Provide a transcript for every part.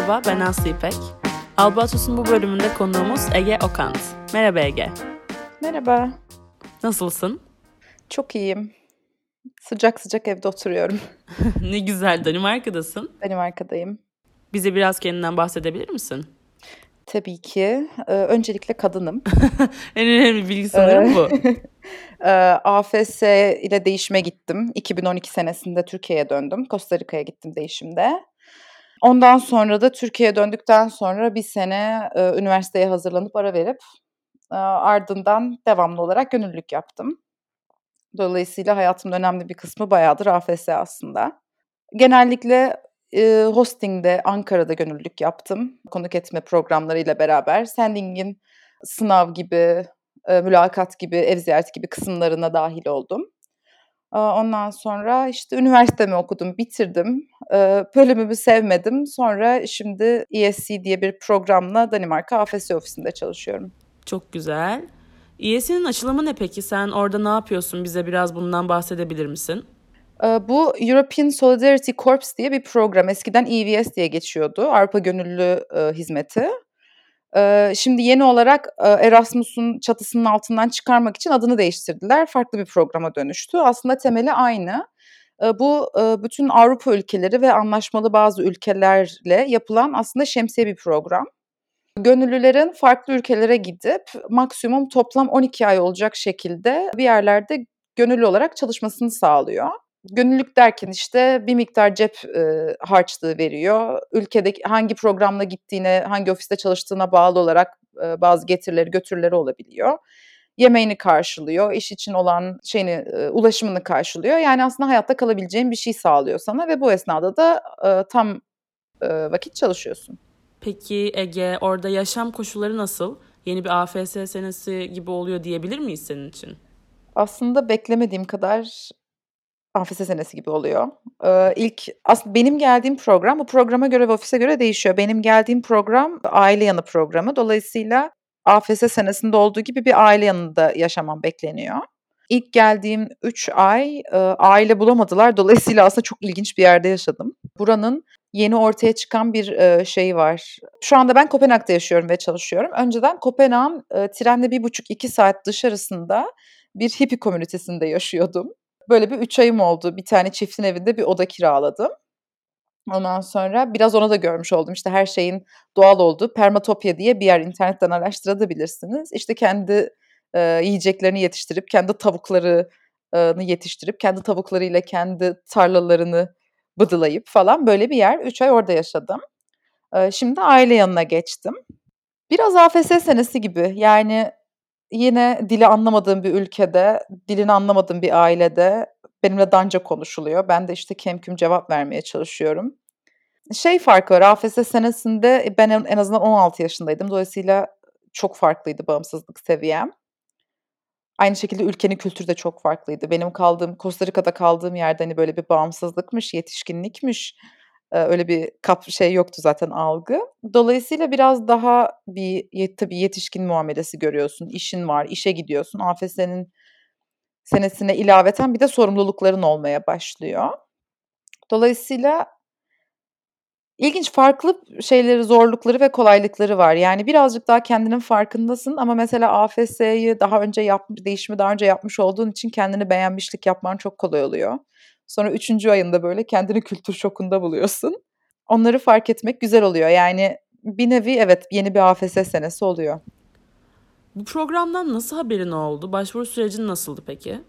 Merhaba, ben Aslı İpek. Albatros'un bu bölümünde konuğumuz Ege Okant. Merhaba Ege. Merhaba. Nasılsın? Çok iyiyim. Sıcak sıcak evde oturuyorum. Ne güzel, Danimarka'dasın. Danimarka'dayım. Bize biraz kendinden bahsedebilir misin? Tabii ki. Öncelikle kadınım. En önemli bilgi sanırım bu. AFS ile değişime gittim. 2012 senesinde Türkiye'ye döndüm. Costa Rica'ya gittim değişimde. Ondan sonra da Türkiye'ye döndükten sonra bir sene üniversiteye hazırlanıp ara verip ardından devamlı olarak gönüllülük yaptım. Dolayısıyla hayatımın önemli bir kısmı bayağıdır AFS aslında. Genellikle hosting'de Ankara'da gönüllülük yaptım. Konuk etme programlarıyla beraber. Sending'in sınav gibi, mülakat gibi, ev ziyareti gibi kısımlarına dahil oldum. Ondan sonra işte üniversitemi okudum, bitirdim. Bölümümü sevmedim. Sonra şimdi ESC diye bir programla Danimarka AFS ofisinde çalışıyorum. Çok güzel. ESC'nin açılımı ne peki? Sen orada ne yapıyorsun? Bize biraz bundan bahsedebilir misin? Bu European Solidarity Corps diye bir program. Eskiden EVS diye geçiyordu. Avrupa Gönüllü Hizmeti. Şimdi yeni olarak Erasmus'un çatısının altından çıkarmak için adını değiştirdiler. Farklı bir programa dönüştü. Aslında temeli aynı. Bu bütün Avrupa ülkeleri ve anlaşmalı bazı ülkelerle yapılan aslında şemsiye bir program. Gönüllülerin farklı ülkelere gidip maksimum toplam 12 ay olacak şekilde bir yerlerde gönüllü olarak çalışmasını sağlıyor. Gönüllülük derken işte bir miktar cep harçlığı veriyor. Ülkedeki hangi programla gittiğine, hangi ofiste çalıştığına bağlı olarak bazı getirileri, götürüleri olabiliyor. Yemeğini karşılıyor, iş için olan ulaşımını karşılıyor. Yani aslında hayatta kalabileceğin bir şey sağlıyor sana ve bu esnada da tam vakit çalışıyorsun. Peki Ege, orada yaşam koşulları nasıl? Yeni bir AFS senesi gibi oluyor diyebilir miyiz senin için? Aslında beklemediğim kadar AFS senesi gibi oluyor. Aslında benim geldiğim program, bu programa göre ve ofise göre değişiyor. Benim geldiğim program aile yanı programı. Dolayısıyla AFS senesinde olduğu gibi bir aile yanında yaşamam bekleniyor. İlk geldiğim 3 ay aile bulamadılar. Dolayısıyla aslında çok ilginç bir yerde yaşadım. Buranın yeni ortaya çıkan bir şeyi var. Şu anda ben Kopenhag'da yaşıyorum ve çalışıyorum. Önceden Kopenhag'ın trenle 1,5-2 saat dışarısında bir hippie komünitesinde yaşıyordum. Böyle bir 3 ayım oldu. Bir tane çiftin evinde bir oda kiraladım. Ondan sonra biraz onu da görmüş oldum. İşte her şeyin doğal olduğu Permatopya diye bir yer, internetten araştırabilirsiniz. İşte kendi yiyeceklerini yetiştirip, kendi tavuklarını yetiştirip, kendi tavuklarıyla kendi tarlalarını bıdılayıp falan böyle bir yer. 3 ay orada yaşadım. Şimdi aile yanına geçtim. Biraz AFS senesi gibi. Yani yine dili anlamadığım bir ülkede, dilini anlamadığım bir ailede benimle Danca konuşuluyor. Ben de işte kemküm cevap vermeye çalışıyorum. Farkı var, AFS senesinde ben en azından 16 yaşındaydım. Dolayısıyla çok farklıydı bağımsızlık seviyem. Aynı şekilde ülkenin kültürü de çok farklıydı. Benim Costa Rica'da kaldığım yerde, hani, böyle bir bağımsızlıkmış, yetişkinlikmiş, öyle bir yoktu zaten algı. Dolayısıyla biraz daha tabii yetişkin muamelesi görüyorsun. İşin var, işe gidiyorsun. AFS'nin senesine ilaveten bir de sorumlulukların olmaya başlıyor. Dolayısıyla İlginç, farklı zorlukları ve kolaylıkları var. Yani birazcık daha kendinin farkındasın ama mesela AFS'yi değişimi daha önce yapmış olduğun için kendini beğenmişlik yapman çok kolay oluyor. Sonra 3. ayında böyle kendini kültür şokunda buluyorsun. Onları fark etmek güzel oluyor. Yani bir nevi evet, yeni bir AFS senesi oluyor. Bu programdan nasıl haberin oldu? Başvuru sürecin nasıldı peki?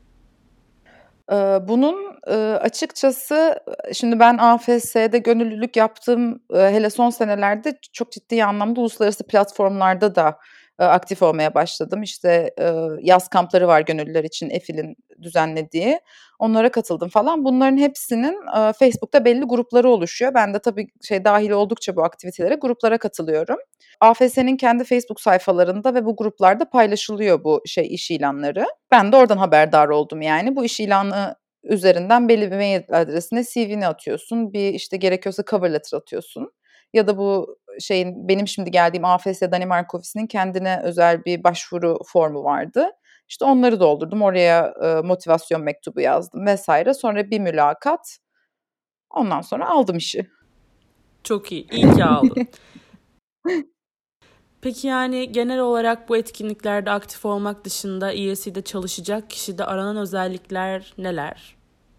Bunun, açıkçası, şimdi ben AFS'de gönüllülük yaptığım, hele son senelerde çok ciddi anlamda uluslararası platformlarda da, aktif olmaya başladım. İşte, yaz kampları var gönüllüler için EFİL'in düzenlediği. Onlara katıldım falan. Bunların hepsinin, Facebook'ta belli grupları oluşuyor. Ben de tabii dâhil oldukça bu aktivitelere, gruplara katılıyorum. AFS'nin kendi Facebook sayfalarında ve bu gruplarda paylaşılıyor bu iş ilanları. Ben de oradan haberdar oldum yani. Bu iş ilanı üzerinden belli bir mail adresine CV'ni atıyorsun. İşte gerekiyorsa cover letter atıyorsun. Ya da benim şimdi geldiğim AFS Danimarka ofisinin kendine özel bir başvuru formu vardı. İşte onları doldurdum. Oraya motivasyon mektubu yazdım vesaire. Sonra bir mülakat. Ondan sonra aldım işi. Çok iyi. İyi ki aldın. Peki yani genel olarak bu etkinliklerde aktif olmak dışında ESC'de çalışacak kişide aranan özellikler neler?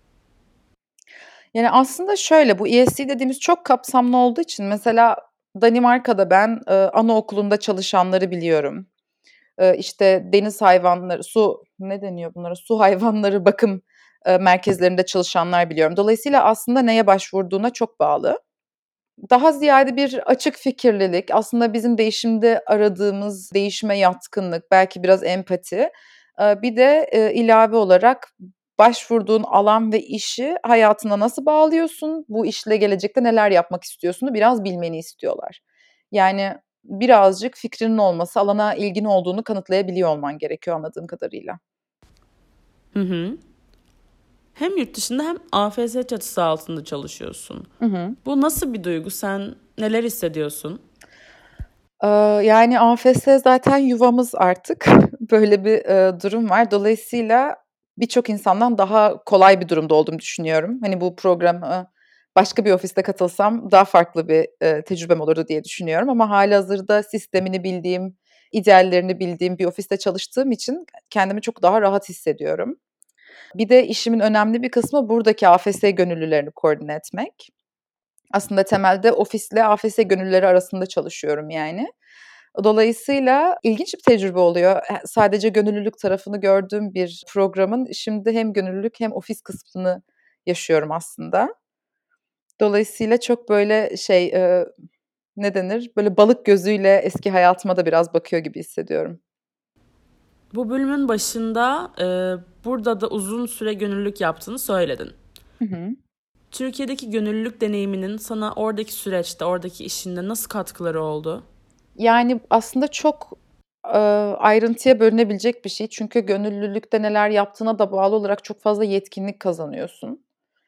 Yani aslında şöyle, bu ESC dediğimiz çok kapsamlı olduğu için mesela Danimarka'da ben anaokulunda çalışanları biliyorum. İşte deniz hayvanları, ne deniyor bunlara? Su hayvanları bakım merkezlerinde çalışanlar biliyorum. Dolayısıyla aslında neye başvurduğuna çok bağlı. Daha ziyade bir açık fikirlilik, aslında bizim değişimde aradığımız değişime yatkınlık, belki biraz empati. Bir de ilave olarak başvurduğun alan ve işi hayatına nasıl bağlıyorsun, bu işle gelecekte neler yapmak istiyorsun'u biraz bilmeni istiyorlar. Yani birazcık fikrinin olması, alana ilgin olduğunu kanıtlayabiliyor olman gerekiyor anladığım kadarıyla. Hı hı. Hem yurt dışında hem AFS çatısı altında çalışıyorsun. Hı hı. Bu nasıl bir duygu? Sen neler hissediyorsun? Yani AFS zaten yuvamız artık. Böyle bir, durum var. Dolayısıyla birçok insandan daha kolay bir durumda olduğumu düşünüyorum. Hani, bu programa başka bir ofiste katılsam daha farklı bir, tecrübem olurdu diye düşünüyorum ama hâlihazırda sistemini bildiğim, ideallerini bildiğim bir ofiste çalıştığım için kendimi çok daha rahat hissediyorum. Bir de işimin önemli bir kısmı buradaki AFS gönüllülerini koordine etmek. Aslında temelde ofisle AFS gönüllüleri arasında çalışıyorum yani. Dolayısıyla ilginç bir tecrübe oluyor. Sadece gönüllülük tarafını gördüğüm bir programın şimdi hem gönüllülük hem ofis kısmını yaşıyorum aslında. Dolayısıyla çok böyle ne denir? Böyle balık gözüyle eski hayatıma da biraz bakıyor gibi hissediyorum. Bu bölümün başında burada da uzun süre gönüllülük yaptığını söyledin. Hı hı. Türkiye'deki gönüllülük deneyiminin sana oradaki süreçte, oradaki işinde nasıl katkıları oldu? Yani aslında çok, ayrıntıya bölünebilecek bir şey. Çünkü gönüllülükte neler yaptığına da bağlı olarak çok fazla yetkinlik kazanıyorsun.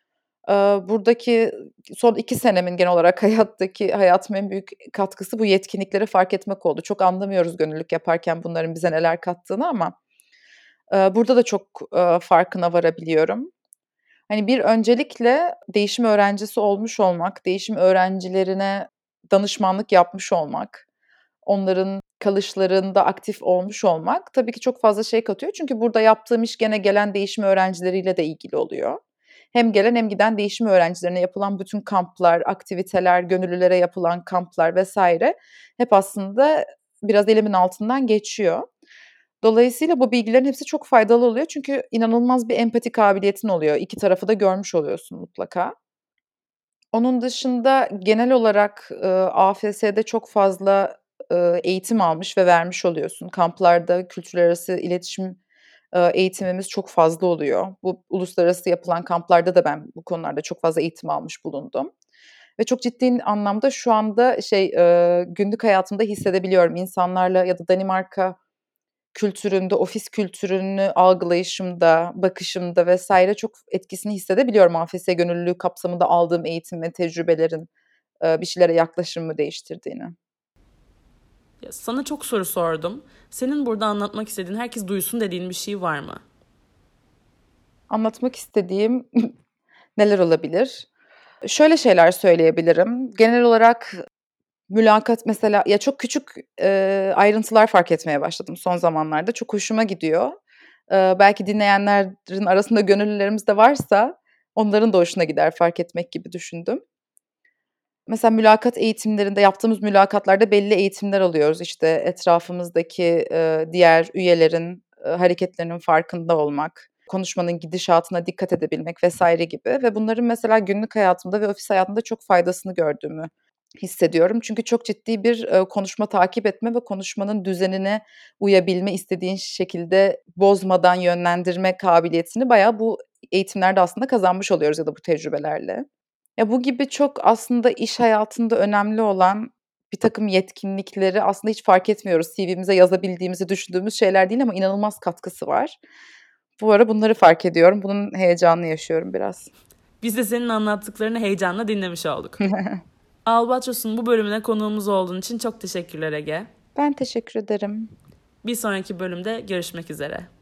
Buradaki son 2 senemin genel olarak hayatıma en büyük katkısı bu yetkinlikleri fark etmek oldu. Çok anlamıyoruz gönüllülük yaparken bunların bize neler kattığını ama, burada da çok, farkına varabiliyorum. Hani, bir öncelikle değişim öğrencisi olmuş olmak, değişim öğrencilerine danışmanlık yapmış olmak, onların kalışlarında aktif olmuş olmak tabii ki çok fazla şey katıyor. Çünkü burada yaptığım iş gene gelen değişim öğrencileriyle de ilgili oluyor. Hem gelen hem giden değişim öğrencilerine yapılan bütün kamplar, aktiviteler, gönüllülere yapılan kamplar vesaire hep aslında biraz elimin altından geçiyor. Dolayısıyla bu bilgilerin hepsi çok faydalı oluyor çünkü inanılmaz bir empati kabiliyetin oluyor. 2 tarafı da görmüş oluyorsun mutlaka. Onun dışında genel olarak, AFS'de çok fazla, eğitim almış ve vermiş oluyorsun. Kamplarda kültürler arası iletişim, eğitimimiz çok fazla oluyor. Bu uluslararası yapılan kamplarda da ben bu konularda çok fazla eğitim almış bulundum ve çok ciddi anlamda şu anda günlük hayatımda hissedebiliyorum. İnsanlarla ya da Danimarka kültüründe, ofis kültürünü algılayışımda, bakışımda vesaire çok etkisini hissedebiliyorum AFS gönüllülüğü kapsamında aldığım eğitim ve tecrübelerin, bir şeylere yaklaşımımı değiştirdiğini. Ya, sana çok soru sordum. Senin burada anlatmak istediğin, herkes duysun dediğin bir şey var mı? Anlatmak istediğim neler olabilir? Şöyle şeyler söyleyebilirim. Genel olarak mülakat mesela ya, çok küçük, ayrıntılar fark etmeye başladım son zamanlarda. Çok hoşuma gidiyor. Belki dinleyenlerin arasında gönüllülerimiz de varsa onların da hoşuna gider fark etmek gibi düşündüm. Mesela mülakat eğitimlerinde, yaptığımız mülakatlarda belli eğitimler alıyoruz. İşte, etrafımızdaki, diğer üyelerin, hareketlerinin farkında olmak, konuşmanın gidişatına dikkat edebilmek vesaire gibi ve bunların mesela günlük hayatımda ve ofis hayatımda çok faydasını gördüğümü hissediyorum. Çünkü çok ciddi bir, konuşma takip etme ve konuşmanın düzenine uyabilme, istediğin şekilde bozmadan yönlendirme kabiliyetini bayağı bu eğitimlerde aslında kazanmış oluyoruz ya da bu tecrübelerle. Ya, bu gibi çok aslında iş hayatında önemli olan birtakım yetkinlikleri aslında hiç fark etmiyoruz. CV'mize yazabildiğimizi düşündüğümüz şeyler değil ama inanılmaz katkısı var. Bu ara bunları fark ediyorum. Bunun heyecanını yaşıyorum biraz. Biz de senin anlattıklarını heyecanla dinlemiş olduk. Albatros'un bu bölümüne konuğumuz olduğun için çok teşekkürler Ege. Ben teşekkür ederim. Bir sonraki bölümde görüşmek üzere.